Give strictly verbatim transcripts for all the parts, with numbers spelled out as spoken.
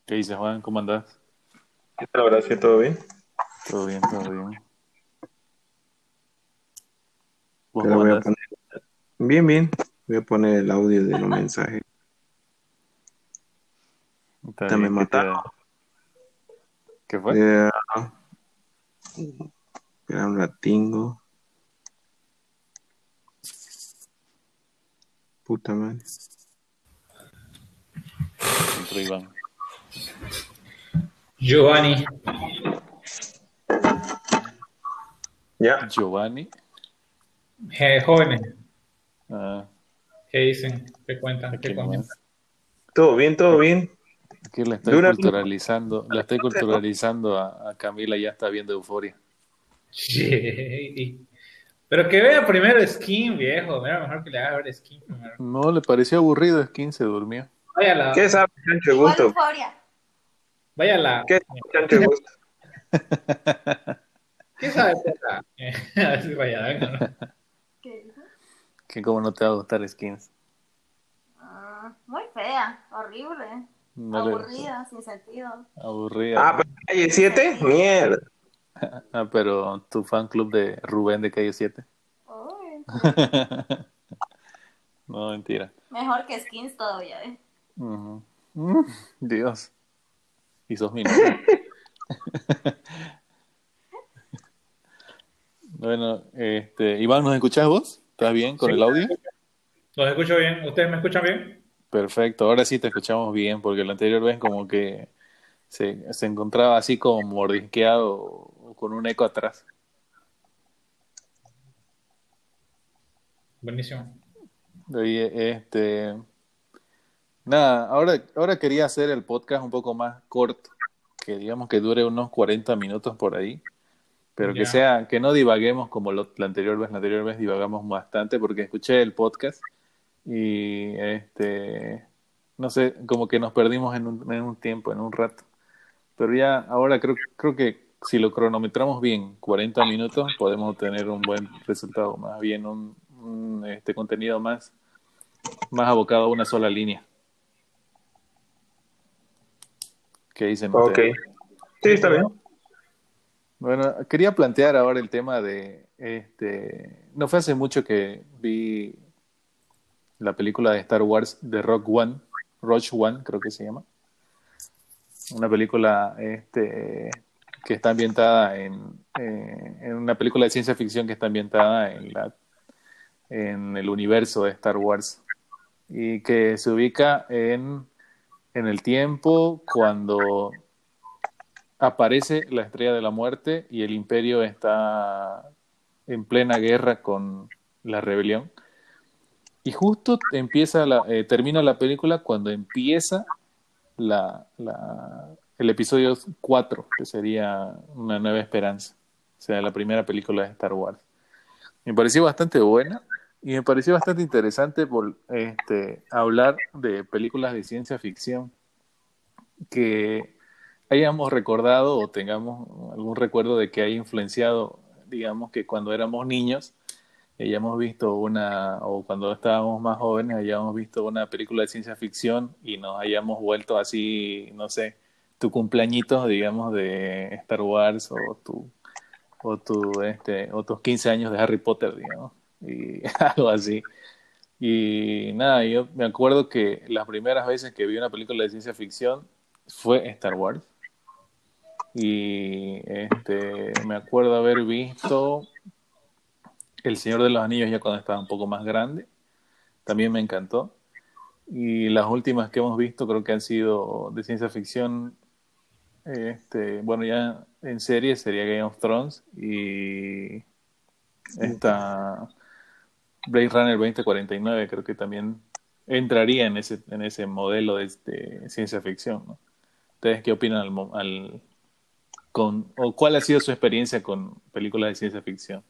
¿Qué dices, Juan? ¿Cómo andás? ¿Qué tal, Horacio? ¿Todo bien? Todo bien, todo bien. ¿Vos Te la cómo voy a andás? poner. Bien, bien. Voy a poner el audio de los mensajes. Está Ya me bien, ¿qué mataron. te... ¿Qué fue? Eh, Espera un ratingo. Puta madre. Entró Iván. Giovanni, Ya. Giovanni. eh, jóvenes, Ah, ¿qué dicen? ¿Qué cuentan? aquí ¿Qué comentan? nomás. Todo bien, todo bien. Aquí la estoy Dura. culturalizando. La estoy ¿No? culturalizando a, a Camila, ya está viendo Euforia. Sí. Pero que vea primero Skin, viejo. Mira, mejor que le haga ver Skin primero. No, le pareció aburrido, Skin se durmió. Vaya ¿Qué la, sabe, Chancho de Igual gusto? euforia. vaya la. ¿Qué sabe, Chancho de gusto? ¿Qué sabe Teta? A ver si vaya, venga, ¿no? ¿Qué dijo? Que como no te va a gustar Skins. Ah, muy fea, horrible, No le gustó. aburrida, sin sentido. Aburrida. Ah, pero calle Sin siete. sentido. Mierda. Ah, pero tu fan club de Rubén de Calle siete. Uy, No, mentira. mejor que skins todavía, ¿eh? Ujú. Mm, Dios. Y sos mi novia. Bueno, este, Iván, ¿nos escuchás vos? ¿Estás bien con Sí, el audio? los escucho bien. ¿Ustedes me escuchan bien? Perfecto, ahora sí te escuchamos bien, porque la anterior vez como que se, se encontraba así como mordisqueado o con un eco atrás. Buenísimo. Oye, este, nada, ahora, ahora quería hacer el podcast un poco más corto, que digamos que dure unos cuarenta minutos por ahí, pero que Ya. sea, que no divaguemos como lo- la anterior vez, la anterior vez divagamos bastante porque escuché el podcast y este, no sé, como que nos perdimos en un, en un tiempo, en un rato. Pero ya ahora creo, creo que si lo cronometramos bien, cuarenta minutos, podemos obtener un buen resultado, más bien un, un, este contenido más, más abocado a una sola línea. ¿Qué dicen Ok. ustedes? Sí, Sí, está está bien. bien. Bueno, quería plantear ahora el tema de, este, no fue hace mucho que vi la película de Star Wars de Rogue One, Rogue One creo que se llama, una película este, que está ambientada en, eh, en una película de ciencia ficción que está ambientada en la en el universo de Star Wars y que se ubica en, en el tiempo cuando aparece la Estrella de la Muerte y el Imperio está en plena guerra con la rebelión. Y justo empieza la, eh, termina la película cuando empieza la, la, el episodio cuatro, que sería Una Nueva Esperanza, o sea, la primera película de Star Wars. Me pareció bastante buena y me pareció bastante interesante por este, hablar de películas de ciencia ficción que hayamos recordado o tengamos algún recuerdo de que haya influenciado, digamos que cuando éramos niños hayamos visto una, o cuando estábamos más jóvenes hayamos visto una película de ciencia ficción y nos hayamos vuelto así, no sé, tu cumpleañito, digamos, de Star Wars o tu o tu este o tus quince años de Harry Potter, digamos, y algo así. Y nada, yo me acuerdo que las primeras veces que vi una película de ciencia ficción fue Star Wars. Y este me acuerdo haber visto El Señor de los Anillos ya cuando estaba un poco más grande. También me encantó. Y las últimas que hemos visto creo que han sido de ciencia ficción. Este, bueno, ya en serie sería Game of Thrones y esta Blade Runner veinte cuarenta y nueve creo que también entraría en ese, en ese modelo de, de ciencia ficción, ¿no? ¿Ustedes qué opinan al, mo- al- con, o cuál ha sido su experiencia con películas de ciencia ficción?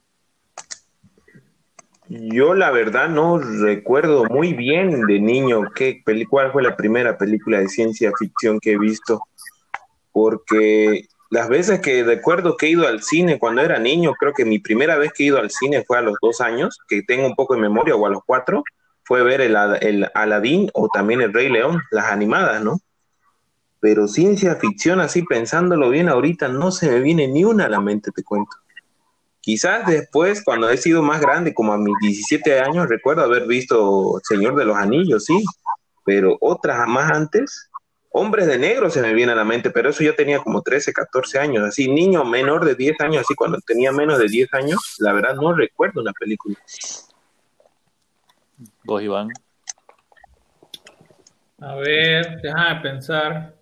Yo la verdad no recuerdo muy bien de niño qué peli, cuál fue la primera película de ciencia ficción que he visto, porque las veces que recuerdo que he ido al cine cuando era niño, creo que mi primera vez que he ido al cine fue a los dos años, que tengo un poco de memoria, o a los cuatro, fue ver el, el Aladín o también el Rey León, las animadas, ¿no? pero ciencia ficción, así pensándolo bien ahorita, no se me viene ni una a la mente, te cuento. Quizás después, cuando he sido más grande, como a mis diecisiete años, recuerdo haber visto Señor de los Anillos, sí, pero otras más antes, Hombres de Negro se me viene a la mente, pero eso yo tenía como trece, catorce años, así, niño menor de diez años, así cuando tenía menos de diez años, la verdad no recuerdo una película. Vos, Iván. A ver, déjame pensar.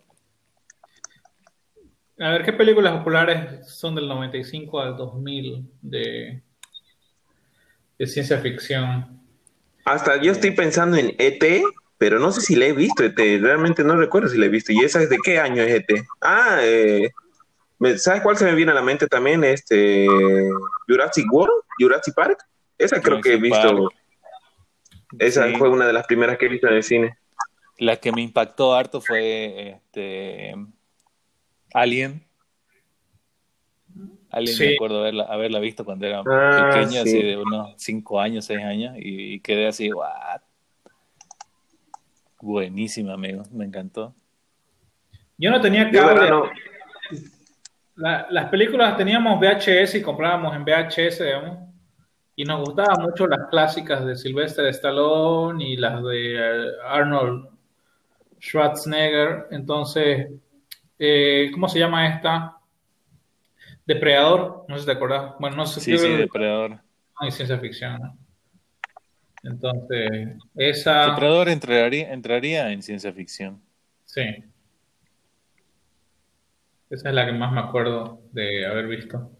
A ver, ¿qué películas populares son del noventa y cinco al dos mil de, de ciencia ficción? Hasta yo estoy pensando en E T, pero no sé si la he visto, E T, realmente no recuerdo si la he visto. ¿Y esa es de qué año es E T? Ah, eh, me- ¿sabes cuál se me viene a la mente también? Este, Jurassic World, Jurassic Park. Esa creo que he Jurassic Park. visto, esa Sí, fue una de las primeras que he visto en el cine. la que me impactó harto fue este Alien. Alien, me Sí, acuerdo haberla, haberla visto cuando era Ah, pequeño, así sí. de unos cinco años, seis años, y, y quedé así, what? Buenísima, amigo, me encantó. yo no tenía Yo, verdad, cable. no. La- las películas teníamos V H S y comprábamos en V H S, digamos, y nos gustaban mucho las clásicas de Sylvester Stallone y las de eh, Arnold Schwarzenegger. Entonces, eh, ¿cómo se llama esta? Depredador, no sé si te acordás. Bueno, no sé, Sí, yo sí, creo que Depredador. no hay ciencia ficción, ¿no? Entonces, esa, Depredador entraría, entraría en ciencia ficción. sí, esa es la que más me acuerdo de haber visto.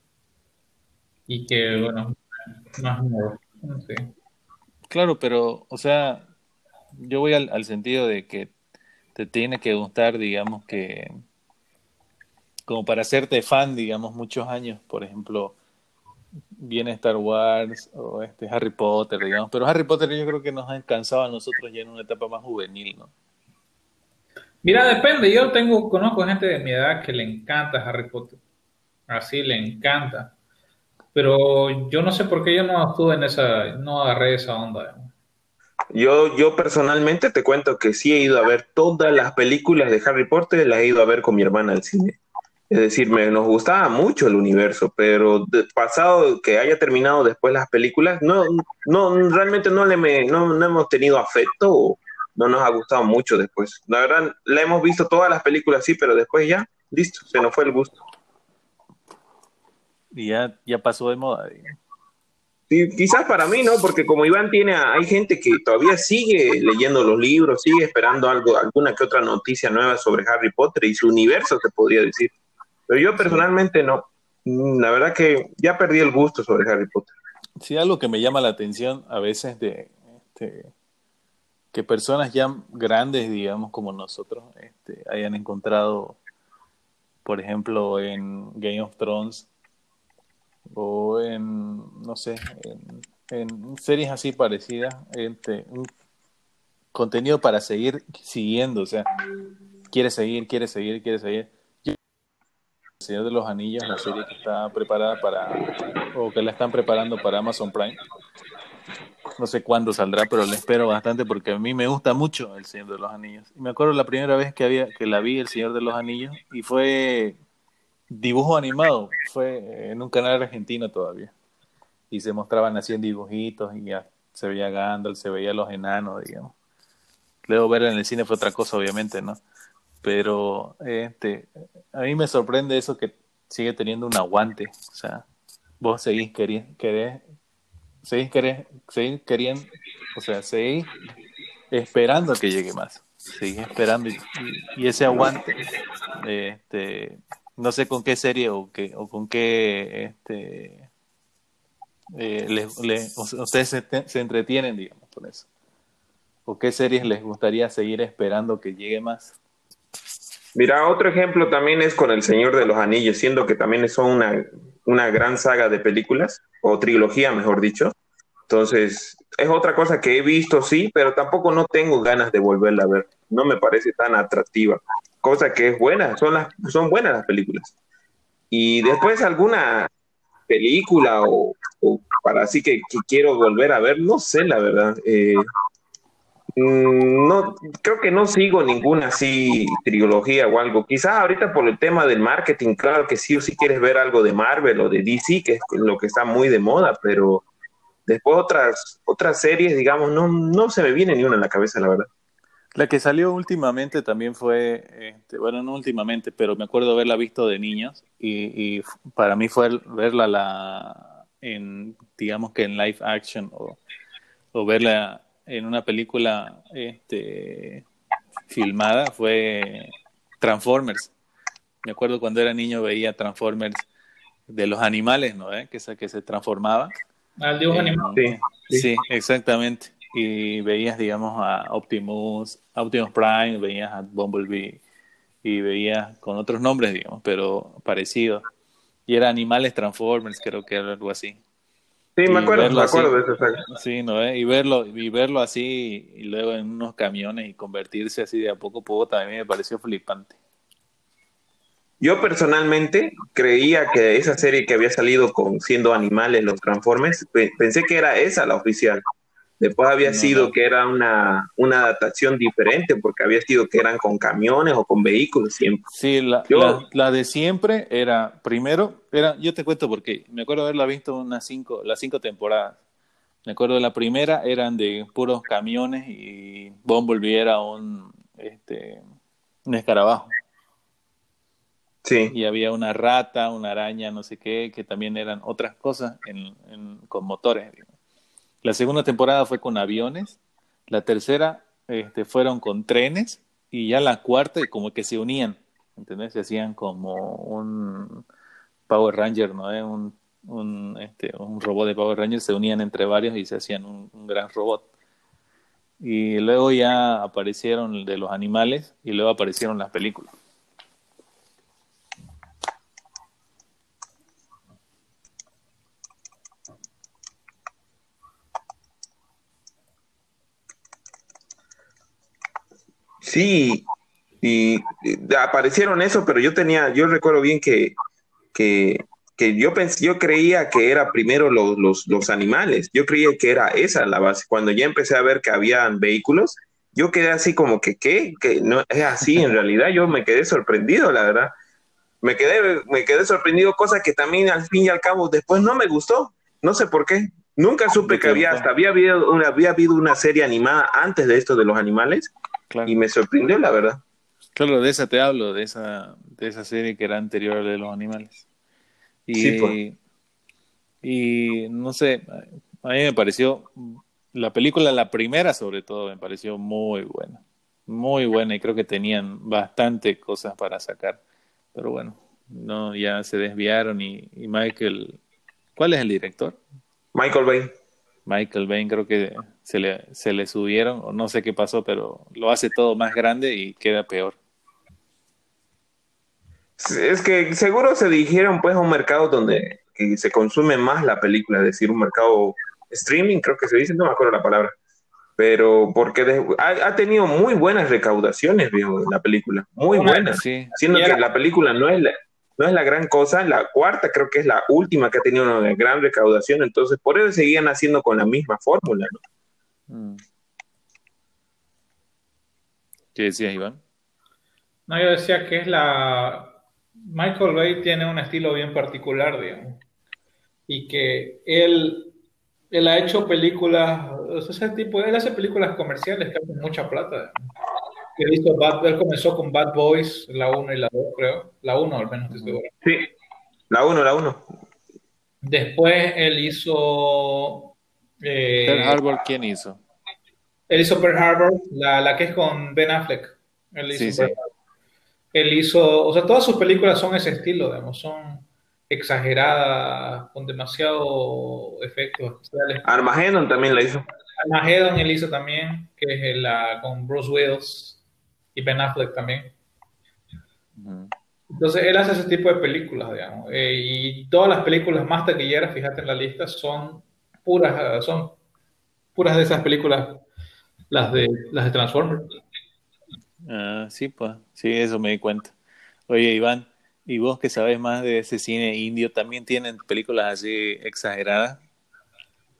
Y que, Y bueno, más nuevo. No sé. claro, pero, o sea, yo voy al, al sentido de que te tiene que gustar, digamos, que como para hacerte fan, digamos, muchos años, por ejemplo, viene Star Wars o este Harry Potter, digamos, pero Harry Potter yo creo que nos ha alcanzado a nosotros ya en una etapa más juvenil, ¿no? Mira, depende. Yo tengo, conozco gente de mi edad que le encanta Harry Potter. Así le encanta. Pero yo no sé por qué yo no estuve en esa, no agarré esa onda. Yo, yo personalmente te cuento que sí he ido a ver todas las películas de Harry Potter, las he ido a ver con mi hermana al cine. Es decir, me, nos gustaba mucho el universo, pero de- pasado que haya terminado después las películas, no, no, realmente no le me, no, no hemos tenido afecto o no nos ha gustado mucho después. La verdad, la hemos visto todas las películas, sí, pero después ya, listo, se nos fue el gusto. Y ya, ya pasó de moda, digamos. Sí, quizás para mí, ¿no? Porque como Iván tiene, a- hay gente que todavía sigue leyendo los libros, sigue esperando algo, alguna que otra noticia nueva sobre Harry Potter y su universo, se podría decir. Pero yo Sí. personalmente no. Mm, La verdad que ya perdí el gusto sobre Harry Potter. Sí, algo que me llama la atención a veces de este, que personas ya grandes, digamos, como nosotros, este, hayan encontrado, por ejemplo, en Game of Thrones o en, no sé, en, en series así parecidas, este, un contenido para seguir siguiendo, o sea, quiere seguir, quiere seguir, quiere seguir. Yo, El Señor de los Anillos, la serie que está preparada para, o que la están preparando para Amazon Prime, no sé cuándo saldrá, pero la espero bastante porque a mí me gusta mucho El Señor de los Anillos. Y me acuerdo la primera vez que había que la vi El Señor de los Anillos y fue dibujo animado, fue en un canal argentino todavía. Y se mostraban así en dibujitos y ya se veía Gandalf, se veía los enanos, digamos. Luego verla en el cine fue otra cosa, obviamente, ¿no? Pero este, a mí me sorprende eso que sigue teniendo un aguante. O sea, vos seguís queriendo, querés, seguís, querés, seguís queriendo, o sea, seguís esperando que llegue más. Seguís esperando y, y, y ese aguante, este, no sé con qué serie o, qué, o con qué este, eh, les, les, ustedes se, se entretienen, digamos, con eso. ¿O qué series les gustaría seguir esperando que llegue más? Mira, otro ejemplo también es con El Señor de los Anillos, siendo que también son una, una gran saga de películas, o trilogía, mejor dicho. Entonces, es otra cosa que he visto, sí, pero tampoco no tengo ganas de volverla a ver. No me parece tan atractiva. Cosa que es buena, son, las, son buenas las películas. Y después alguna película o, o para así que, que quiero volver a ver, no sé, la verdad. Eh, Mm, no, creo que no sigo ninguna así trilogía o algo. Quizás ahorita por el tema del marketing, claro que sí o sí quieres ver algo de Marvel o de D C, que es lo que está muy de moda, pero después otras, otras series, digamos, no, no se me viene ni una en la cabeza, la verdad. La que salió últimamente también fue, este, bueno, no últimamente, pero me acuerdo haberla visto de niños y, y f- para mí fue verla la, en, digamos que en live action o, o verla en una película este, filmada fue Transformers. Me acuerdo cuando era niño veía Transformers de los animales, ¿no? ¿Eh? Que se, que se transformaba. Al dibujo animado. Sí, En, sí. sí, exactamente. Y veías, digamos, a Optimus, Optimus Prime, veías a Bumblebee y veías con otros nombres, digamos, pero parecidos. Y era Animales Transformers, creo que era algo así. Sí, me Y acuerdo, verlo me acuerdo así, de esa saga. sí, ¿no? ¿Eh? Y verlo, y verlo así, y luego en unos camiones y convertirse así de a poco a poco, también me pareció flipante. Yo personalmente creía que esa serie que había salido con siendo animales, los Transformers, pe- pensé que era esa la oficial. Después había No, sido no. que era una, una adaptación diferente, porque había sido que eran con camiones o con vehículos siempre. Sí, la, Yo, la, la de siempre era, primero, era, yo te cuento porque me acuerdo haberla visto unas cinco, las cinco temporadas. Me acuerdo de la primera eran de puros camiones y Bumblebee era un, este, un escarabajo. sí, Y había una rata, una araña, no sé qué, que también eran otras cosas en, en- con motores, digamos. La segunda temporada fue con aviones, la tercera este, fueron con trenes y ya la cuarta como que se unían, ¿entendés? Se hacían como un Power Ranger, ¿no? ¿Eh? Un, un, este, un robot de Power Ranger, se unían entre varios y se hacían un, un gran robot. Y luego ya aparecieron de los animales y luego aparecieron las películas. sí, y, y aparecieron eso, pero yo tenía, yo recuerdo bien que, que, que yo pensé, yo creía que era primero los, los, los animales, yo creía que era esa la base. Cuando ya empecé a ver que habían vehículos, yo quedé así como que, ¿qué? Que no es así, en realidad yo me quedé sorprendido, la verdad. Me quedé, me quedé sorprendido, cosa que también al fin y al cabo después no me gustó, no sé por qué. Nunca supe ¿De que qué había, hasta fue? había habido una, había habido una serie animada antes de esto de los animales y Claro. me sorprendió, la verdad. Claro, de esa te hablo, de esa, de esa serie que era anterior de los animales. Sí, pues. Y, y no sé, a mí me pareció, la película, la primera sobre todo, me pareció muy buena. Muy buena y creo que tenían bastante cosas para sacar. Pero bueno, no, ya se desviaron y, y Michael, ¿cuál es el director? Michael Bay. Michael Bay creo que se le, se le subieron, o no sé qué pasó, pero lo hace todo más grande y queda peor. Es que seguro se dirigieron pues a un mercado donde que se consume más la película, es decir, un mercado streaming, creo que se dice, no me acuerdo la palabra, pero porque de- ha, ha tenido muy buenas recaudaciones, viejo, la película, muy Una, buenas, Sí, y siendo era, que la película no es la, no es la gran cosa, la cuarta creo que es la última que ha tenido una gran recaudación, entonces por eso seguían haciendo con la misma fórmula, ¿no? mm, ¿qué decías, Iván? no, yo decía que es la... Michael Bay tiene un estilo bien particular, digamos, y que él, él ha hecho películas, o sea, ese tipo, él hace películas comerciales que hacen mucha plata, digamos. Él, hizo Bad- él comenzó con Bad Boys, la uno y la dos creo, la uno al menos estoy Ujú. seguro. Sí, la uno, la uno. Después él hizo, Pearl eh, Harbor, ¿quién hizo? él hizo Pearl Harbor, la, la que es con Ben Affleck. Él Sí, hizo Pearl sí. Harbor. Él hizo, o sea, todas sus películas son ese estilo, digamos, son exageradas, con demasiado efectos especiales. Armageddon también la hizo. Armageddon él hizo también, que es la con Bruce Willis y Ben Affleck también. Ujú. Entonces él hace ese tipo de películas, digamos, eh, y todas las películas más taquilleras, fíjate en la lista, son puras, eh, son puras de esas películas, las de las de Transformers. Ah, sí, pues, sí, eso me di cuenta. Oye, Iván, ¿y vos que sabes más de ese cine indio, también tienen películas así exageradas?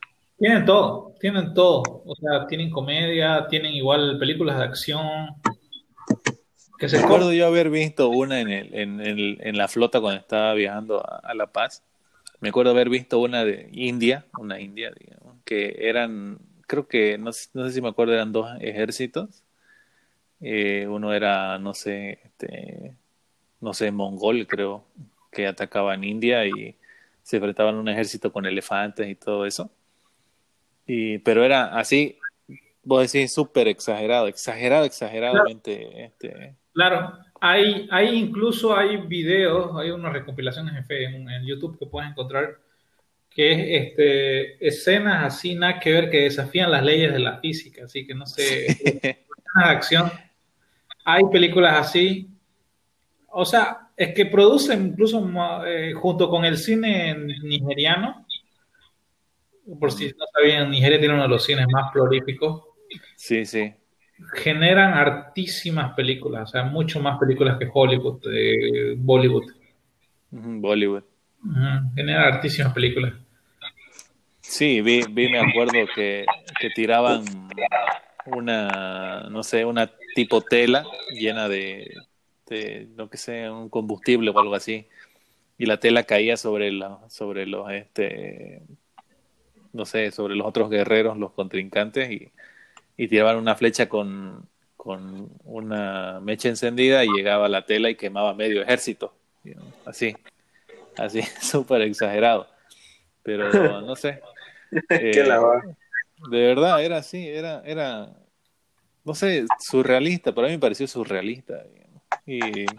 Tienen todo, tienen todo. O sea, tienen comedia, tienen igual películas de acción, que Me se copian. acuerdo yo haber visto una en, el, en, el, en la flota cuando estaba viajando a, a La Paz. Me acuerdo haber visto una de India, una India, digamos, que eran, creo que, no, sé- no sé si me acuerdo, eran dos ejércitos. Eh, uno era, no sé, este, no sé, mongol, creo, que atacaban India y se enfrentaban a un ejército con elefantes y todo eso. Y, pero era así, vos decís, súper exagerado, exagerado, exageradamente, este, Claro, hay, hay incluso hay videos, hay unas recopilaciones en, fe- en, en YouTube que puedes encontrar que es este, escenas así, nada que ver, que desafían las leyes de la física, así que no sé, escenas de acción. Hay películas así, o sea, es que producen incluso ma- eh, junto con el cine nigeriano, por si ujú. no sabían, Nigeria tiene uno de los cines más prolíficos, Sí, sí. generan hartísimas películas, o sea, mucho más películas que Hollywood, eh, Bollywood. Ujú, Bollywood. Ujú, genera hartísimas películas. Sí, vi, vi, me acuerdo que, que tiraban una, no sé, una tipo tela llena de, de, lo que sea, un combustible o algo así, y la tela caía sobre la, sobre los, este, no sé, sobre los otros guerreros, los contrincantes, y, y tiraban una flecha con, con una mecha encendida y llegaba la tela y quemaba medio ejército, digamos, así, así, súper exagerado, pero no sé. ¿Qué la Eh, va? de verdad, era así, era, era, no sé, surrealista, para mí me pareció surrealista, digamos. Y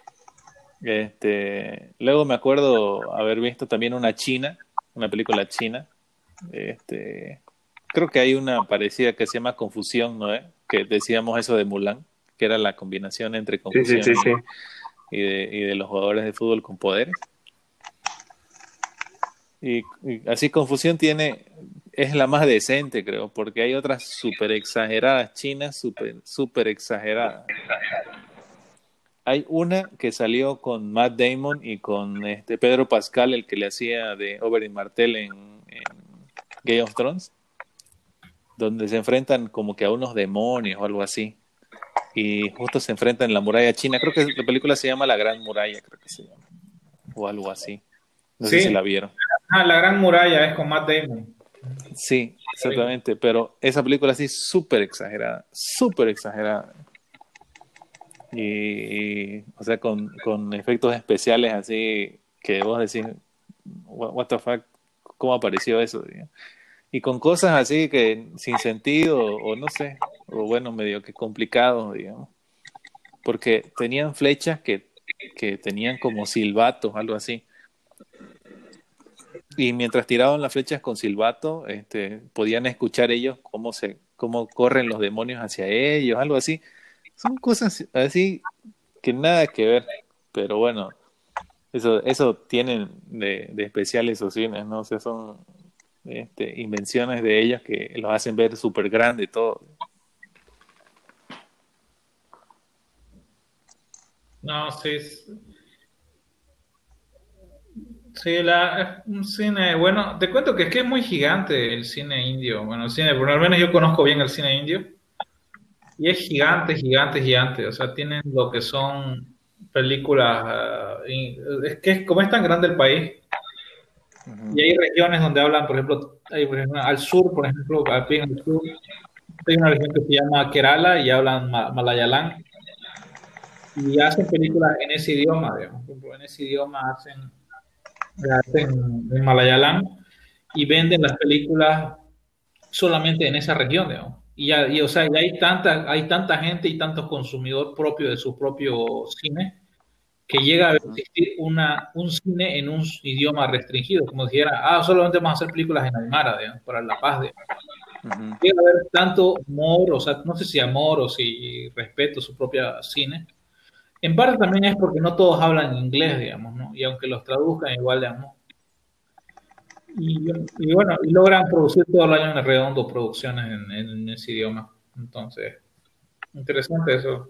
este, luego me acuerdo haber visto también una china, una película china, este, creo que hay una parecida que se llama Confusión, ¿no? ¿Eh? Que decíamos eso de Mulan, que era la combinación entre Sí, sí, confusión sí, sí. y, y de, y de los jugadores de fútbol con poderes. Y, y así Confusión tiene, es la más decente, creo, porque hay otras súper exageradas, chinas súper súper exageradas. Hay una que salió con Matt Damon y con este Pedro Pascal, el que le hacía de Oberyn Martell en, en Game of Thrones, donde se enfrentan como que a unos demonios o algo así. Y justo se enfrentan en la muralla china. Creo que la película se llama La Gran Muralla, creo que se llama. O algo así. No sé si Sí, la vieron. ah, La Gran Muralla es con Matt Damon. Sí, exactamente, pero esa película sí súper exagerada, súper exagerada. Y, y, o sea, con, con efectos especiales así que vos decís, what, what the fuck, ¿cómo apareció eso? Digamos? Y con cosas así que sin sentido, o no sé, o bueno, medio que complicado, digamos, porque tenían flechas que, que tenían como silbatos, algo así. Y mientras tiraban las flechas con silbato, este, podían escuchar ellos cómo se, cómo corren los demonios hacia ellos, algo así. Son cosas así que nada que ver. Pero bueno, eso, eso tienen de, de especial esos cines, ¿no? O sea, son este, invenciones de ellos que los hacen ver súper grande todo. No, sí, es- sí, la, es un cine, bueno, te cuento que es que es muy gigante el cine indio. Bueno, el cine, por lo menos yo conozco bien el cine indio. Y es gigante, gigante, gigante. O sea, tienen lo que son películas. ah, y- es que es, como es tan grande el país, Ujú. y hay regiones donde hablan, por ejemplo, hay, por ejemplo, al sur, por ejemplo, aquí en el sur, hay una región que se llama Kerala y hablan ma- Malayalam. Y hacen películas en ese idioma, digamos. Por ejemplo, en ese idioma hacen, hacen en Malayalam y venden las películas solamente en esa región, digamos. Y, ya, y, o sea, y hay tanta, hay tanta gente y tantos consumidores propios de su propio cine que llega a Ujú. existir una, un cine en un idioma restringido, como si dijera, ah, solamente vamos a hacer películas en Aymara, digamos, para la paz. Digamos. Ujú. Llega a haber tanto amor, o sea, no sé si amor o si respeto a su propia cine. En parte también es porque no todos hablan inglés, digamos, ¿no? Y aunque los traduzcan igual, digamos. Y, y bueno, y logran producir todo el año en redondo producciones en, en ese idioma. Entonces, interesante eso.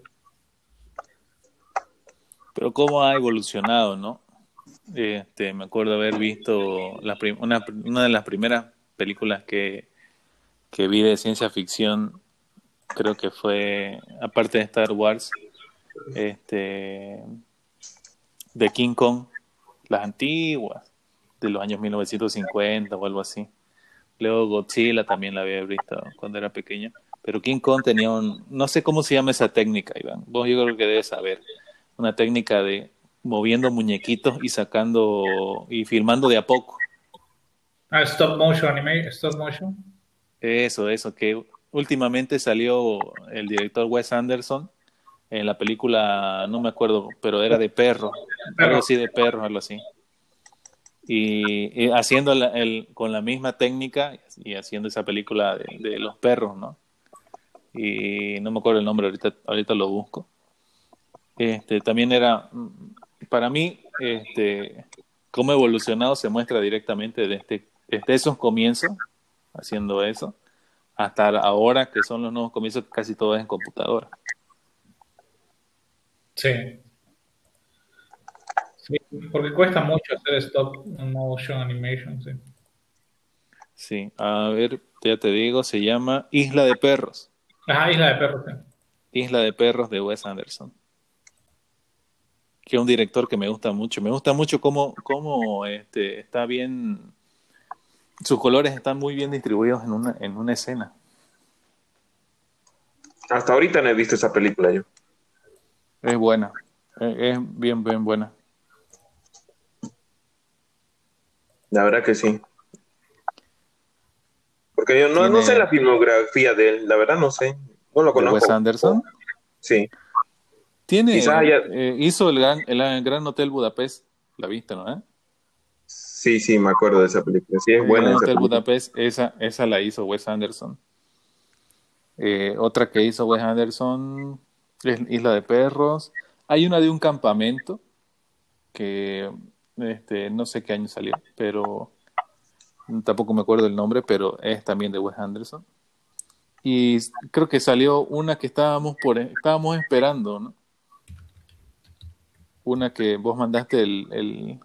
Pero cómo ha evolucionado, ¿no? Este, me acuerdo haber visto la prim- una, una de las primeras películas que, que vi de ciencia ficción, creo que fue, aparte de Star Wars, este, de King Kong, las antiguas, de los años mil novecientos cincuenta o algo así. Luego Godzilla también la había visto cuando era pequeño. Pero King Kong tenía un... No sé cómo se llama esa técnica, Iván. Vos yo creo que debes saber. Una técnica de moviendo muñequitos y sacando... y filmando de a poco. Ah, stop motion anime, stop motion. Eso, eso. Que últimamente salió el director Wes Anderson en la película, no me acuerdo, pero era de perros. Algo así de perros, algo así. Y, y haciendo la, el, con la misma técnica y haciendo esa película de, de los perros, ¿no? Y no me acuerdo el nombre, ahorita, ahorita lo busco. Este, también era, para mí, este, cómo ha evolucionado se muestra directamente desde, desde esos comienzos, haciendo eso, hasta ahora que son los nuevos comienzos, que casi todo es en computadora. Sí. Sí, porque cuesta mucho hacer stop motion animation, sí. Sí, a ver, ya te digo, se llama Isla de Perros. Ajá, Isla de Perros, sí. Isla de Perros de Wes Anderson. Que es un director que me gusta mucho. Me gusta mucho cómo, cómo este, está bien, sus colores están muy bien distribuidos en una, en una escena. Hasta ahorita no he visto esa película yo. Es buena, es, es bien, bien buena. La verdad que sí. Porque yo no, Tiene, no sé la filmografía de él, la verdad no sé. No lo de conozco. Wes Anderson. Sí. Tiene, Quizás haya... eh, hizo el gran, el Gran Hotel Budapest, la viste, ¿no? ¿Eh? Sí, sí, me acuerdo de esa película. Sí, es El buena Gran esa Hotel película. Budapest, esa, esa la hizo Wes Anderson. Eh, otra que hizo Wes Anderson es Isla de Perros. Hay una de un campamento que este, no sé qué año salió, pero tampoco me acuerdo el nombre, pero es también de Wes Anderson. Y creo que salió una que estábamos por estábamos esperando, ¿no? Una que vos mandaste el, el,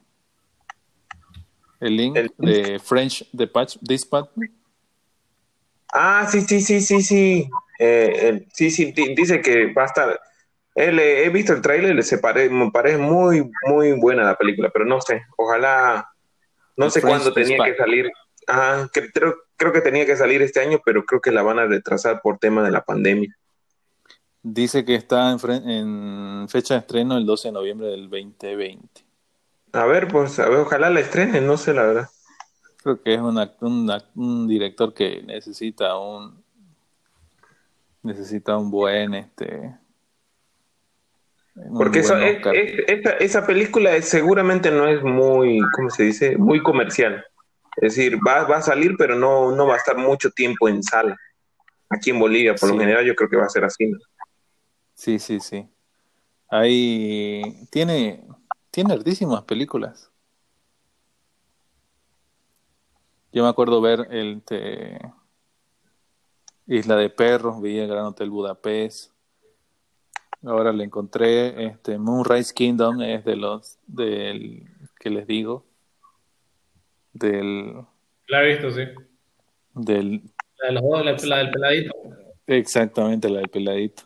el link El- de French Dispatch, Dispatch. Ah, sí, sí, sí, sí, sí. Eh, el- sí, sí, di- dice que va a estar... Él, eh, he visto el tráiler y se pare- me parece muy, muy buena la película, pero no sé. Ojalá... No El sé French cuándo tenía que Dispatch. salir. Ajá, que- creo, creo que tenía que salir este año, pero creo que la van a retrasar por tema de la pandemia. Dice que está en, fre- en fecha de estreno el doce de noviembre del veinte veinte. A ver, pues, a ver, ojalá la estrenen, no sé la verdad. Creo que es una, una- un director que necesita un necesita un buen este un Porque eso, buen es, Oscar. es- esa, esa película es- seguramente no es muy, ¿cómo se dice? Muy comercial. Es decir, va, va a salir, pero no, no va a estar mucho tiempo en sala. Aquí en Bolivia, por lo Sí, general, yo creo que va a ser así, ¿no? sí, sí, sí. Ahí tiene tiene hartísimas películas. Yo me acuerdo ver el de Isla de Perros, vi el Gran Hotel Budapest. Ahora le encontré este Moonrise Kingdom, es de los del que les digo del La he visto, sí. del La de los dos, la, la del peladito. exactamente la del peladito.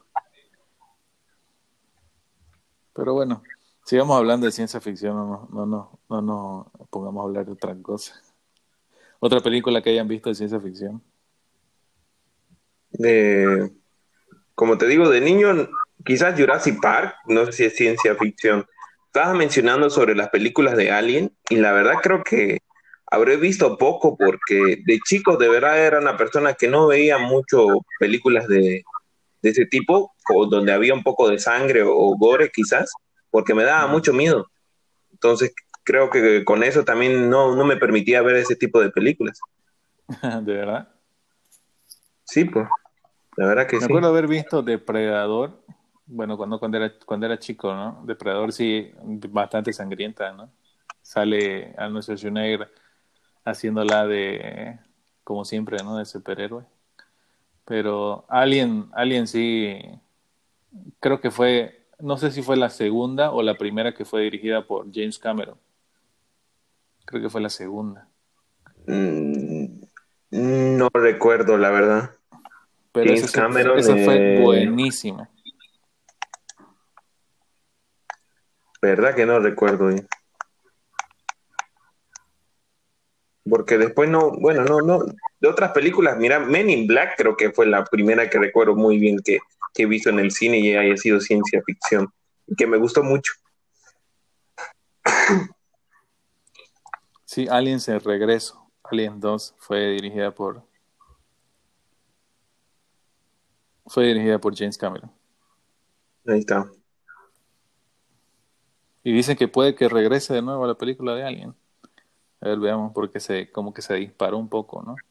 Pero bueno, sigamos hablando de ciencia ficción, no nos no, no, no, nos pongamos a hablar de otra cosa. Otra película que hayan visto de ciencia ficción. De, como te digo, de niño, quizás Jurassic Park, no sé si es ciencia ficción. Estabas mencionando sobre las películas de Alien y la verdad creo que habré visto poco porque de chico de verdad era una persona que no veía mucho películas de, de ese tipo, o donde había un poco de sangre o, o gore quizás, porque me daba mucho miedo. Entonces creo que con eso también no, no me permitía ver ese tipo de películas. ¿De verdad? Sí, pues, la verdad que Me sí. acuerdo haber visto Depredador, bueno, cuando, cuando era, cuando era chico, ¿no? Depredador sí, bastante sangrienta, ¿no? Sale Arnold Schwarzenegger haciéndola de, como siempre, ¿no? De superhéroe. Pero Alien, Alien sí, creo que fue, no sé si fue la segunda o la primera que fue dirigida por James Cameron. Creo que fue la segunda. Mm, No recuerdo, la verdad. Pero James ese, sí- Cameron, ese fue eh, buenísimo. verdad que no recuerdo. eh. Porque después no, bueno, no, no. De otras películas, mira, Men in Black creo que fue la primera que recuerdo muy bien que, que he visto en el cine y haya sido ciencia ficción. Y que me gustó mucho. Sí, Aliens el regreso. Alien dos fue dirigida por fue dirigida por James Cameron. Ahí está. Y dicen que puede que regrese de nuevo a la película de Alien. A ver, veamos, porque se, como que se disparó un poco, ¿no?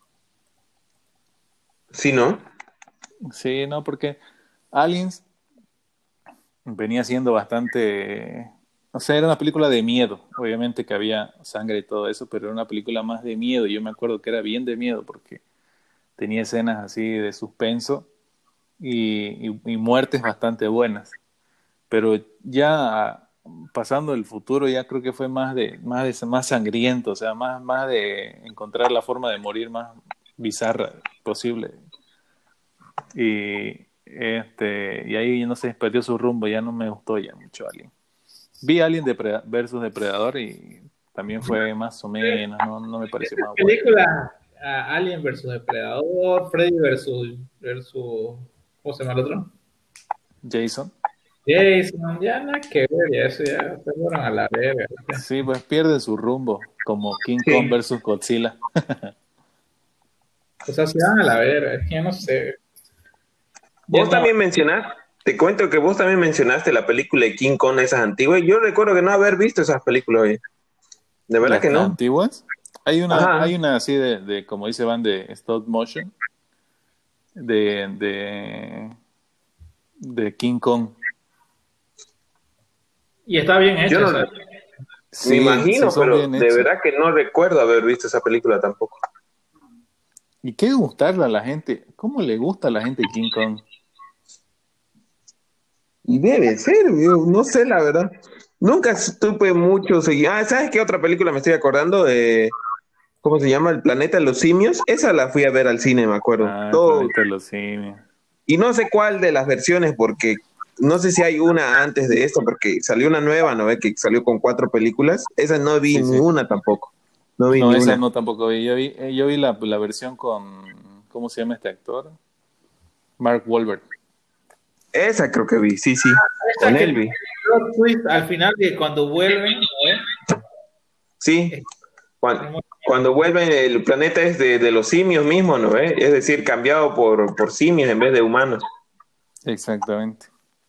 Sí, ¿no? Sí, no, porque Aliens venía siendo bastante... O sea, era una película de miedo. Obviamente que había sangre y todo eso, pero era una película más de miedo. Yo me acuerdo que era bien de miedo porque tenía escenas así de suspenso y, y, y muertes bastante buenas. Pero ya pasando el futuro, ya creo que fue más de más de más sangriento, o sea, más más de encontrar la forma de morir más bizarra posible. Y este y ahí no sé, perdió su rumbo, ya no me gustó ya mucho Alien. Vi Alien Depre- versus Depredador y también fue más o menos, no, no me pareció más buena. Película ah, Alien versus Depredador, Freddy versus, versus, ¿cómo se llama el otro? Jason, Jason, ya nada que ver, ya eso ya se fueron a la verga. ¿Viste? sí, pues pierde su rumbo, como King Kong Sí. versus Godzilla. O sea, se van a la verga, es que ya no sé. Ya Vos no, también mencionaste, te cuento que vos también mencionaste la película de King Kong, esas antiguas. Yo recuerdo que no haber visto esas películas, oye. De verdad Las que no. antiguas. Hay una, Ajá. hay una así de, de, como dice Van, de stop motion, de, de, de King Kong. y está bien Yo hecha, no ¿sabes? me Sí, sí imagino, son pero bien de hechas. verdad que no recuerdo haber visto esa película tampoco. ¿Y qué gustarle a la gente? ¿Cómo le gusta a la gente King Kong? Y debe ser, yo no sé la verdad. Nunca supe mucho seguir. Ah, ¿sabes qué otra película me estoy acordando? De, ¿cómo se llama? El planeta de los simios. Esa la fui a ver al cine, me acuerdo. Ah, el Todo. planeta de los simios. Y no sé cuál de las versiones, porque no sé si hay una antes de esto, porque salió una nueva, ¿no ve? Que salió con cuatro películas. Esa no vi Sí, ni sí. una tampoco. No vi No, ni esa una. no tampoco vi. Yo vi, eh, yo vi la, la versión con, ¿cómo se llama este actor? Mark Wahlberg. Esa creo que vi, sí, sí. Esa Con que él tiene vi. plot twist al final de cuando vuelven, ¿eh? Sí. Es Cuando, muy cuando vuelven, el planeta es de, de los simios mismos, ¿no ve? Es decir, cambiado por, por simios en vez de humanos. Exactamente.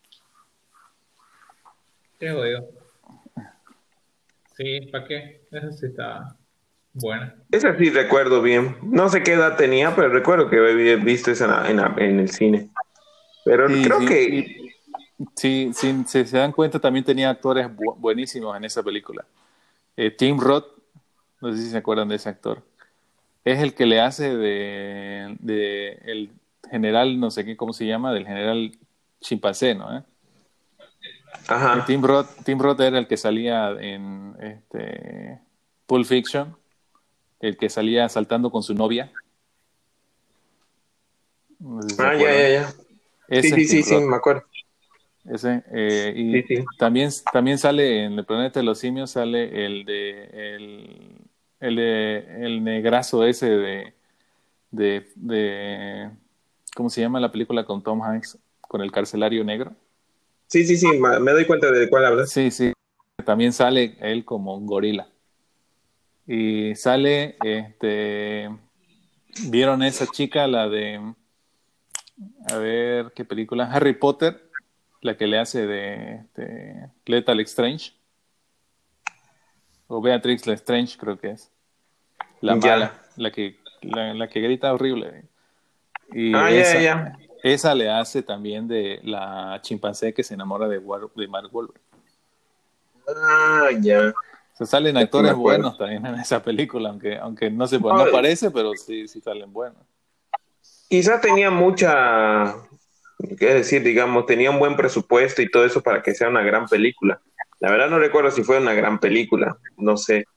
qué jodido. Sí, ¿para qué? Esa sí está buena. Esa sí recuerdo bien. No sé qué edad tenía, pero recuerdo que había visto esa en, la- en, la- en el cine. Pero Sí, creo sí. que, Y sí, sí, si se dan cuenta, también tenía actores bu- buenísimos en esa película. Eh, Tim Roth, no sé si se acuerdan de ese actor. Es el que le hace de, de el general, no sé qué, cómo se llama, del general chimpancé, ¿no? ¿Eh? Eh, ajá, Tim Roth, Tim Roth era el que salía en este, Pulp Fiction, el que salía saltando con su novia, no sé si se ah, ya, ya, acuerdan. ya. Sí, Ese es sí, sí, Tim sí, Roth. me acuerdo. Ese, eh, Sí, y sí. también, también sale en el planeta de los simios, sale el de el, el de el negrazo ese de, de, de ¿cómo se llama la película con Tom Hanks? Con el carcelario negro. Sí, sí, sí, ma- me doy cuenta de cuál hablas. Sí, sí. También sale él como un gorila. Y sale, este, ¿vieron esa chica, la de, a ver, qué película? Harry Potter, la que le hace de, este, Lethal Strange, o Beatrix Lestrange creo que es, la Ya. mala, la que, la, la que grita horrible. Y Ah, ya, esa, ya. esa le hace también de la chimpancé que se enamora de, War- de Mark Wahlberg. Ah, ya. O sea, salen Ya sí me actores acuerdo. buenos también en esa película, aunque, aunque no se, no No, parece, pero sí, sí salen buenos. quizá tenía mucha, qué decir, digamos, tenía un buen presupuesto y todo eso para que sea una gran película. La verdad no recuerdo si fue una gran película, no sé.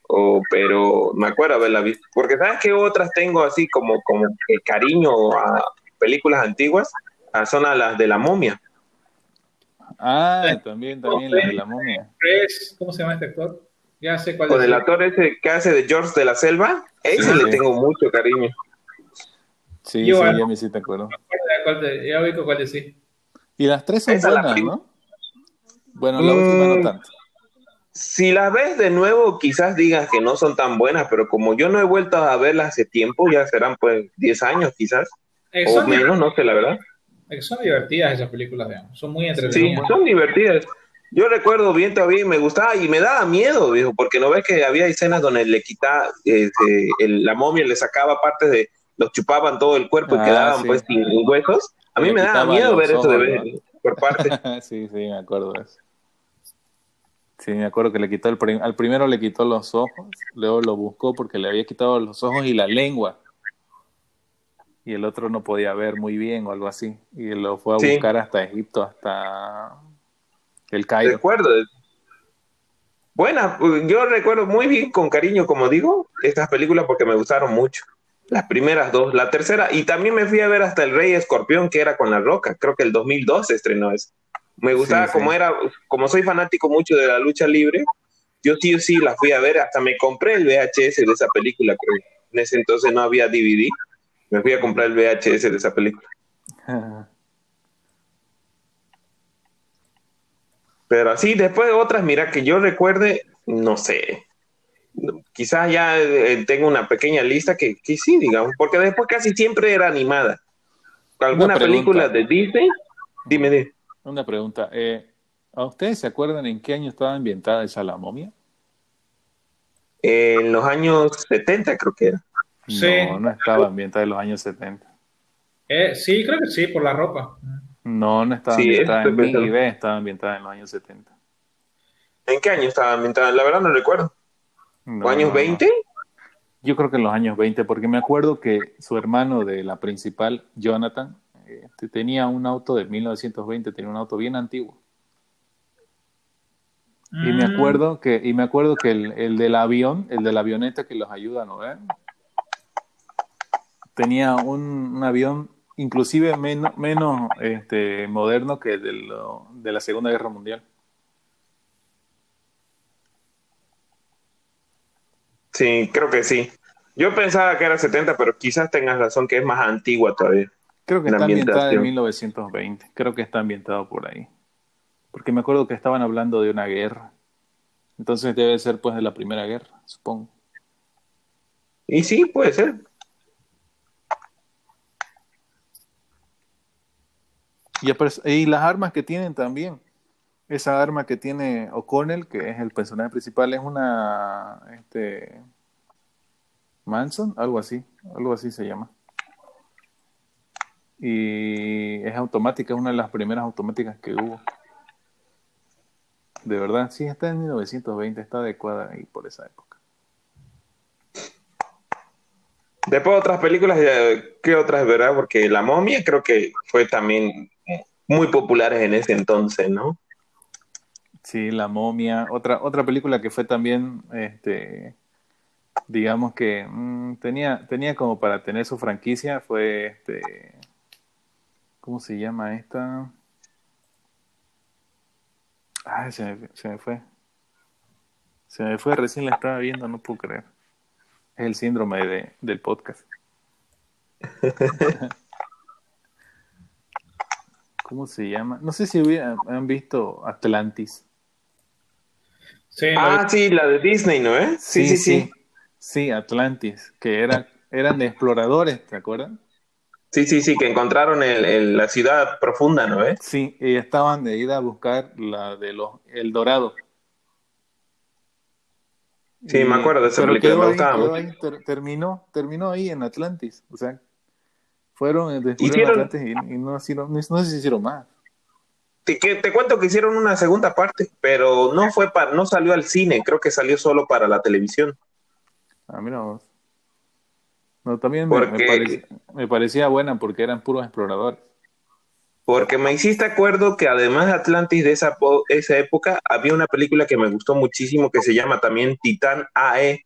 o, pero me acuerdo haberla visto. Porque sabes que otras tengo así como, como que cariño a películas antiguas, ah, son a las de la momia. Ah, también, también la de la momia. Chris, ¿cómo se llama este actor? Ya sé cuál Con el es. actor ese que hace de George de la Selva, a ese Sí, le sí. tengo mucho cariño. Sí, Yo, sí, bueno, ya me hiciste acuerdo. cuál de- ya ubico cuál de sí. Y las tres son Esa la buenas, prim- ¿no? Bueno, la última no Mm, tanto. si las ves de nuevo, quizás digas que no son tan buenas, pero como yo no he vuelto a verlas hace tiempo, ya serán pues diez años quizás, Eh, o son, menos, no sé la verdad. eh, son divertidas esas películas, digamos. Son muy Sí, son Sí, entretenidas. buenas. son divertidas. Yo recuerdo bien todavía y me gustaba y me daba miedo, viejo, porque no ves que había escenas donde le quitaba, eh, eh, el- la momia le sacaba partes de, los chupaban todo el cuerpo y Ah, quedaban pues sí. sin huesos. A mí Le me daba quitaba miedo ver los eso de ojos, ver ¿no? por parte. Sí, sí, me acuerdo de eso. Sí, me acuerdo que le quitó el prim- al primero le quitó los ojos, luego lo buscó porque le había quitado los ojos y la lengua, y el otro no podía ver muy bien o algo así, y lo fue a Sí, buscar hasta Egipto, hasta el Cairo. recuerdo. Buena, pues, yo recuerdo muy bien con cariño, como digo, estas películas porque me gustaron mucho. Las primeras dos, la tercera, y también me fui a ver hasta El Rey Escorpión, que era con La Roca, creo que el dos mil dos se estrenó eso. Me Sí, gustaba sí. como era, como soy fanático mucho de la lucha libre, yo sí o sí la fui a ver, hasta me compré el V H S de esa película, creo. En ese entonces no había D V D, me fui a comprar el V H S de esa película. Pero así, después de otras, mira, que yo recuerde, no sé, quizás ya eh, tengo una pequeña lista que, que sí, digamos, porque después casi siempre era animada. Una ¿Alguna película pregunta, de Disney? Dime, dime. una pregunta. Eh, ¿a ustedes se acuerdan en qué año estaba ambientada esa La Momia? En los años setenta creo que era. No, Sí, no estaba ambientada en los años setenta. eh, sí, creo que sí, por la ropa. No, no estaba Sí, eso ambientada estoy en Mi y pensando. B, estaba ambientada en los años setenta. ¿En qué año estaba ambientada? La verdad no recuerdo. ¿O No, años no, veinte? no. Yo creo que en los años veinte, porque me acuerdo que su hermano de la principal, Jonathan, eh, tenía un auto de mil novecientos veinte, tenía un auto bien antiguo. Y me Mm, acuerdo que, y me acuerdo que el, el del avión, el de la avioneta que los ayuda, ¿no ven? Tenía un, un avión inclusive menos, menos este, moderno que el de, lo- de la Segunda Guerra Mundial. Sí, creo que sí. Yo pensaba que era setenta, pero quizás tengas razón que es más antigua todavía Creo que la está ambientada en ambientación. mil novecientos veinte. Creo que está ambientado por ahí. Porque me acuerdo que estaban hablando de una guerra. Entonces debe ser pues de la Primera Guerra, supongo. Y sí, puede ser. Y, apres- y las armas que tienen también. Esa arma que tiene O'Connell, que es el personaje principal, es una este, Manson, algo así, algo así se llama. Y es automática, es una de las primeras automáticas que hubo. De verdad, sí, está en mil novecientos veinte, está adecuada ahí por esa época. Después otras películas, eh, ¿qué otras, verdad? Porque La Momia creo que fue también muy populares en ese entonces, ¿no? Sí, La Momia. Otra, otra película que fue también, este, digamos que mm, tenía, tenía como para tener su franquicia, fue este, ¿cómo se llama esta? Ay, se me, se me fue. Se me fue, recién la estaba viendo, no puedo creer. Es el síndrome de, del podcast. ¿Cómo se llama? No sé si hubieran, han visto Atlantis. sí, lo vi. Ah, sí, la de Disney, ¿no? ¿Eh? Sí, Sí, sí, sí. sí, sí, Atlantis, que era, eran de exploradores, ¿te acuerdas? Sí, sí, sí, que encontraron el, el- la ciudad profunda, ¿no? ¿Eh? Sí, y estaban de ir a buscar la de los El Dorado. Sí, me Y, acuerdo de esa pero película, quedó me ahí, gustaba quedó mucho. ahí, ter- terminó, terminó ahí en Atlantis. O sea, fueron, eh, descubrieron Hicieron, Atlantis y, y no, hicieron- no sé si hicieron más. te, que- te cuento que hicieron una segunda parte, pero no fue para, no salió al cine, creo que salió solo para la televisión. Ah, mira vos. No, también me, me, parec- Porque me parecía buena porque eran puros exploradores. Porque me hiciste acuerdo que además de Atlantis de esa, po- esa época, había una película que me gustó muchísimo que se llama también Titán A E,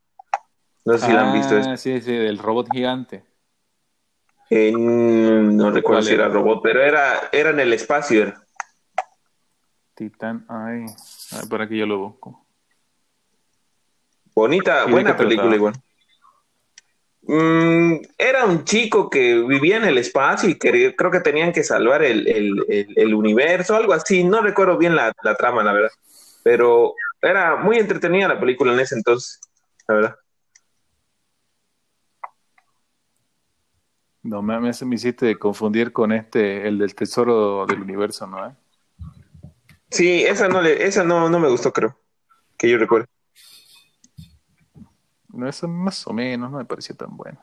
No sé si la han visto. Ah, sí, sí, del robot gigante. Eh, no recuerdo ¿Cuál si era era? robot, pero era, era en el espacio. Era. Titán, ay, ay, por aquí yo lo busco. Bonita, ¿Y de qué buena película trataba? igual. Mm, era un chico que vivía en el espacio y que creo que tenían que salvar el, el- el- el universo, algo así. No recuerdo bien la, la trama, la verdad. Pero era muy entretenida la película en ese entonces, la verdad. No, me, me, me hiciste confundir con este, el del tesoro del universo, ¿no? ¿Eh? Sí, esa no le, esa no, no me gustó, creo, que yo recuerdo. No, eso más o menos no me pareció tan bueno.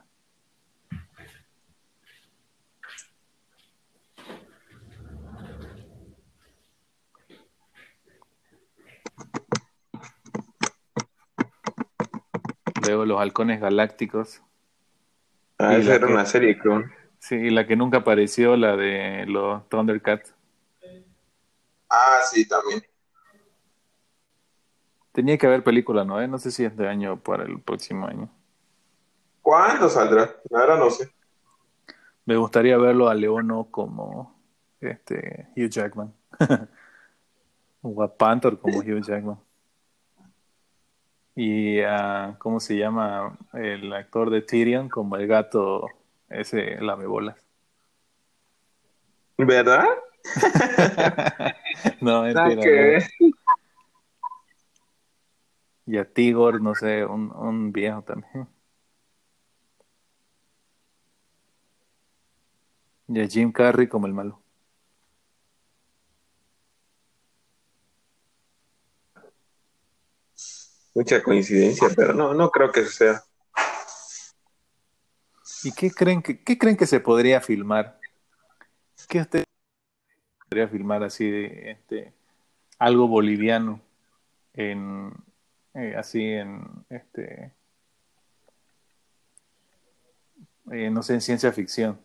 Luego los halcones galácticos Ah, y esa la era que, una serie, creo. sí, y la que nunca apareció, la de los Thundercats. Ah, sí, también. Tenía que haber película, ¿no? ¿Eh? No sé si es de año o para el próximo año. ¿Cuándo saldrá? La verdad no sé. Me gustaría verlo a Leono como este Hugh Jackman. O a Panther como Hugh Jackman. Y a, ¿cómo se llama? El actor de Tyrion como el gato ese lamebolas. ¿Verdad? No, Nada mentira, que no. ver. Y a Tigor, no sé, un, un viejo también. Y a Jim Carrey como el malo. Mucha coincidencia, pero no, no creo que sea. ¿Y qué creen que, qué creen que se podría filmar? ¿Qué usted podría filmar así de este algo boliviano en eh, así en este eh, no sé, en ciencia ficción?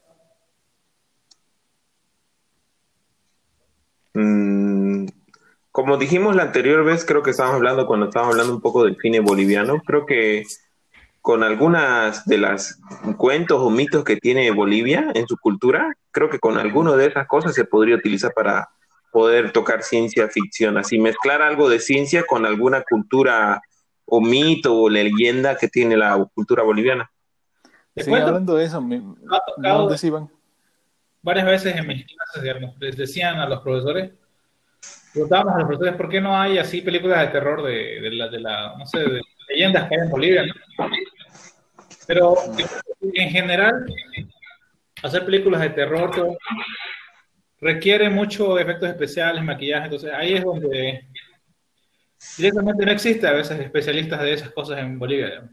Mm, como dijimos la anterior vez, creo que estábamos hablando cuando estábamos hablando un poco del cine boliviano, creo que con algunas de las cuentos o mitos que tiene Bolivia en su cultura, creo que con alguno de esas cosas se podría utilizar para poder tocar ciencia ficción, así mezclar algo de ciencia con alguna cultura o mito o leyenda que tiene la cultura boliviana. Te Sí, cuento que hablando de eso, me, me ha no tocado decían. varias veces en mis clases, digamos, les decían a los profesores, preguntábamos a los profesores por qué no hay así películas de terror de, de la, de la, no sé, de leyendas que hay en Bolivia, ¿no? Pero en general, hacer películas de terror todo, requiere mucho efectos especiales, maquillaje, entonces ahí es donde directamente no existe a veces especialistas de esas cosas en Bolivia, digamos.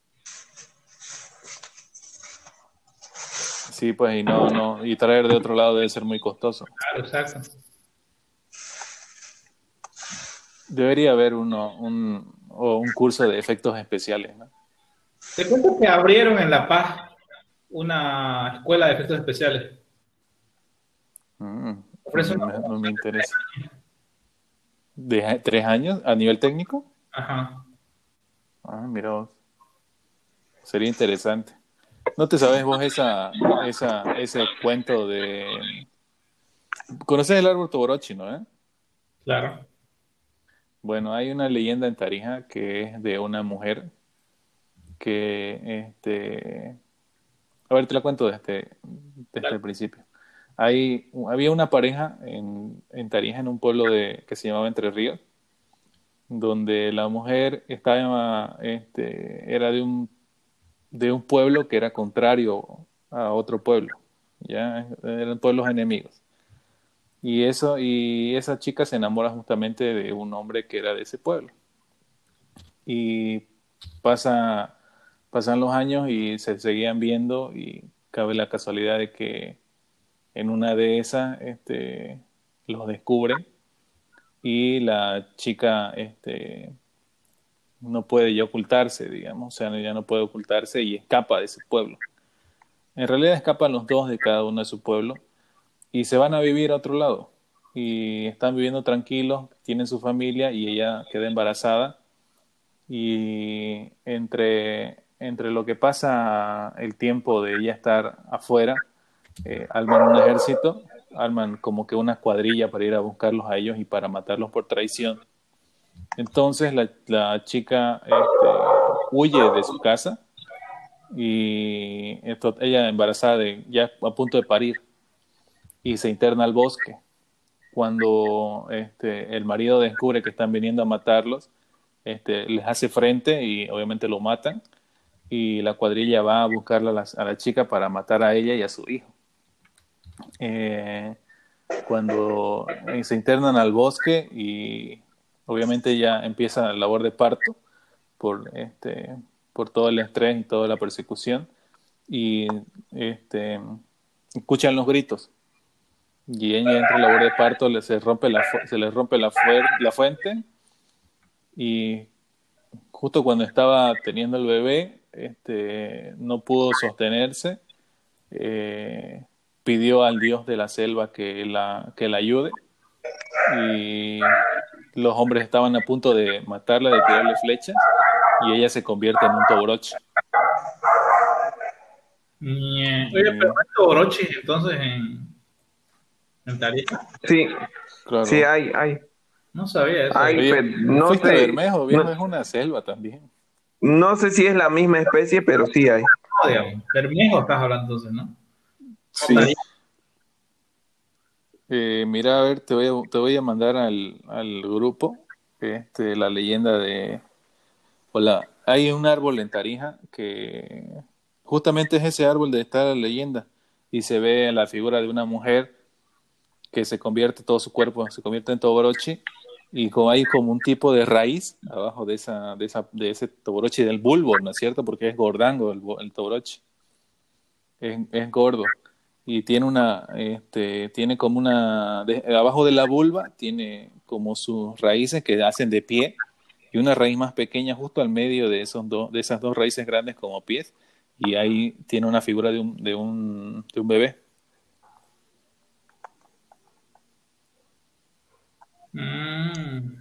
Sí, pues y no, no, y traer de otro lado debe ser muy costoso. Claro, exacto. Debería haber uno, un, o un curso de efectos especiales, ¿no? Te cuento que abrieron en La Paz una escuela de efectos especiales. Mm, Ofrece una... no, no me interesa. ¿De tres años a nivel técnico? Ajá. Ah, mira vos. Sería interesante. ¿No te sabes vos esa, esa, ese cuento de... ¿Conoces el árbol Toborochi, no? ¿Eh? Claro. Bueno, hay una leyenda en Tarija que es de una mujer que, este... A ver, te la cuento desde, desde Dale. el principio. Hay, había una pareja en, en Tarija, en un pueblo de, que se llamaba Entre Ríos, donde la mujer estaba, este, era de un, de un pueblo que era contrario a otro pueblo, ya eran pueblos enemigos. Y eso, y esa chica se enamora justamente de un hombre que era de ese pueblo. Y pasa, pasan los años y se seguían viendo y cabe la casualidad de que en una de esas este, los descubren y la chica este, no puede ya ocultarse, digamos, o sea, ya no puede ocultarse y escapa de ese pueblo. En realidad escapan los dos de cada uno de su pueblo y se van a vivir a otro lado y están viviendo tranquilos, tienen su familia y ella queda embarazada y entre, entre lo que pasa el tiempo de ella estar afuera, eh, arman un ejército, arman como que una cuadrilla para ir a buscarlos a ellos y para matarlos por traición. Entonces la, la chica este, huye de su casa y esto, ella embarazada de, ya a punto de parir y se interna al bosque. Cuando este, el marido descubre que están viniendo a matarlos, este, les hace frente y obviamente lo matan y la cuadrilla va a buscarla a la, a la chica para matar a ella y a su hijo. Eh, cuando eh, se internan al bosque y obviamente ya empieza la labor de parto por, este, por todo el estrés y toda la persecución y este, escuchan los gritos y ella entra en labor de parto, le, se, rompe la, se le rompe la, fuer, la fuente y justo cuando estaba teniendo el bebé este, no pudo sostenerse, eh, pidió al dios de la selva que la, que la ayude y los hombres estaban a punto de matarla, de tirarle flechas y ella se convierte en un toboroche. Oye, pero ¿hay toboroches entonces en, en Tarija? Sí, claro. Sí, hay, hay. No sabía eso. Hay, Oye, pero no fuiste a sé, Bermejo, viejo, no, es una selva también. no sé si es la misma especie, pero sí hay. No, digamos, Bermejo estás hablando entonces, ¿no? Sí. Tarija. Eh, mira, a ver, te voy a, te voy a mandar al, al grupo este, la leyenda de... Hola, hay un árbol en Tarija que justamente es ese árbol de está la leyenda y se ve la figura de una mujer que se convierte, todo su cuerpo se convierte en toboroche y como hay como un tipo de raíz abajo de esa, de esa, de ese toboroche del bulbo, ¿no es cierto? Porque es gordango el, el toboroche, es, es gordo y tiene una, este, tiene como una, de, abajo de la vulva tiene como sus raíces que hacen de pie y una raíz más pequeña justo al medio de esos dos, de esas dos raíces grandes como pies y ahí tiene una figura de un, de un, de un bebé. Mm.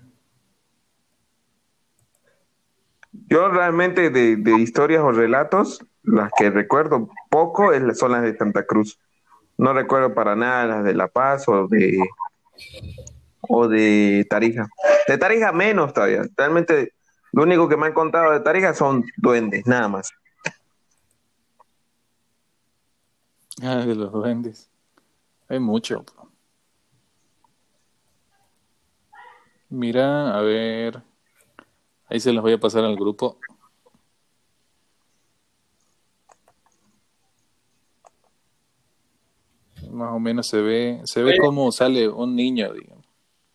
Yo realmente de, de historias o relatos, las que recuerdo poco es- son las de Santa Cruz. No recuerdo para nada las de La Paz o de, o de Tarija. De Tarija menos todavía. Realmente lo único que me han contado de Tarija son duendes, nada más. Ah, de los duendes. Hay mucho. Mira, a ver. Ahí se los voy a pasar al grupo. Más o menos se ve, se ve cómo sale un niño, digamos.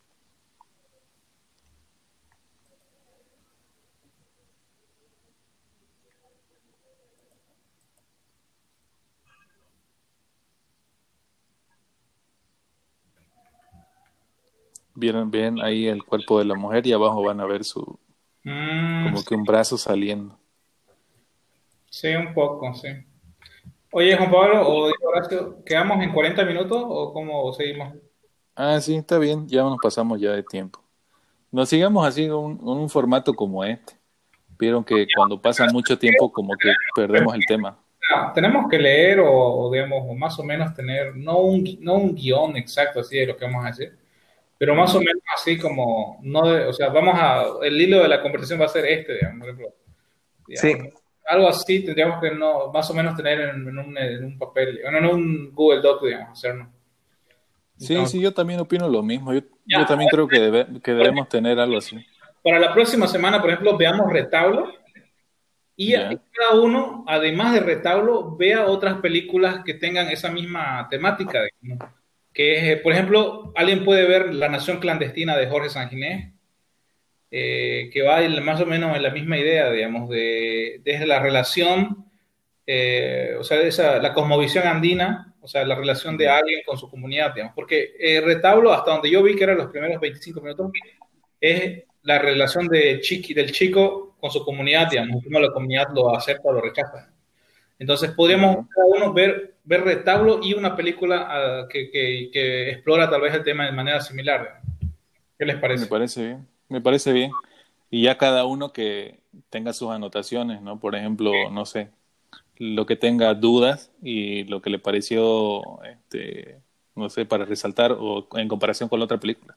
Vieron bien ahí el cuerpo de la mujer y abajo van a ver su, Mm, como que un brazo saliendo. sí, un poco, sí. Oye, Juan Pablo, o digo, Horacio, ¿quedamos en cuarenta minutos o cómo seguimos? Ah, sí, está bien, ya nos pasamos ya de tiempo. Nos sigamos así en un, en un formato como este. Vieron que cuando pasa mucho tiempo como que perdemos el tema. Ah, tenemos que leer o, o, digamos, o más o menos tener, no un, gui- no un guión exacto así de lo que vamos a decir, pero más o Ujú. menos así como, no de- o sea, vamos a, el hilo de la conversación va a ser este, digamos, por ejemplo, Sí, digamos, algo así tendríamos que no, más o menos tener en, en un, en un papel, en un Google Doc, digamos, hacerlo. Sí, Entonces, sí, yo también opino lo mismo. Yo, yo ya, también creo que, debe- que por debemos tener algo así. para la próxima semana, por ejemplo, veamos retablo y Ya. cada uno, además de retablo, vea otras películas que tengan esa misma temática, digamos. Que es, eh, por ejemplo, alguien puede ver La Nación Clandestina de Jorge Sanginés, eh, que va en- más o menos en la misma idea, digamos, de, desde la relación, eh, o sea, esa, la cosmovisión andina, o sea, la relación de Ya. alguien con su comunidad, digamos, porque eh, Retablo, hasta donde yo vi que eran los primeros veinticinco minutos, es la relación de chiqui, del chico con su comunidad, digamos, cómo la comunidad lo acepta o lo rechaza. Entonces podríamos Ya. cada uno ver, ver Retablo y una película uh, que, que, que, explora tal vez el tema de manera similar. ¿Qué les Me parece? parece bien. Me parece bien. Y ya cada uno que tenga sus anotaciones, ¿no? Por ejemplo, no sé, lo que tenga dudas y lo que le pareció, este, no sé, para resaltar o en comparación con la otra película.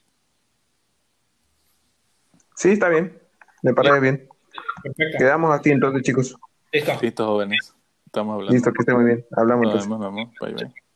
Sí, está bien. Me parece bien. Perfecto. Quedamos así entonces, chicos. Listo. Listo, jóvenes. Estamos hablando. Listo, que esté muy bien. Hablamos Nos entonces. vemos, nos vemos. Bye, bye.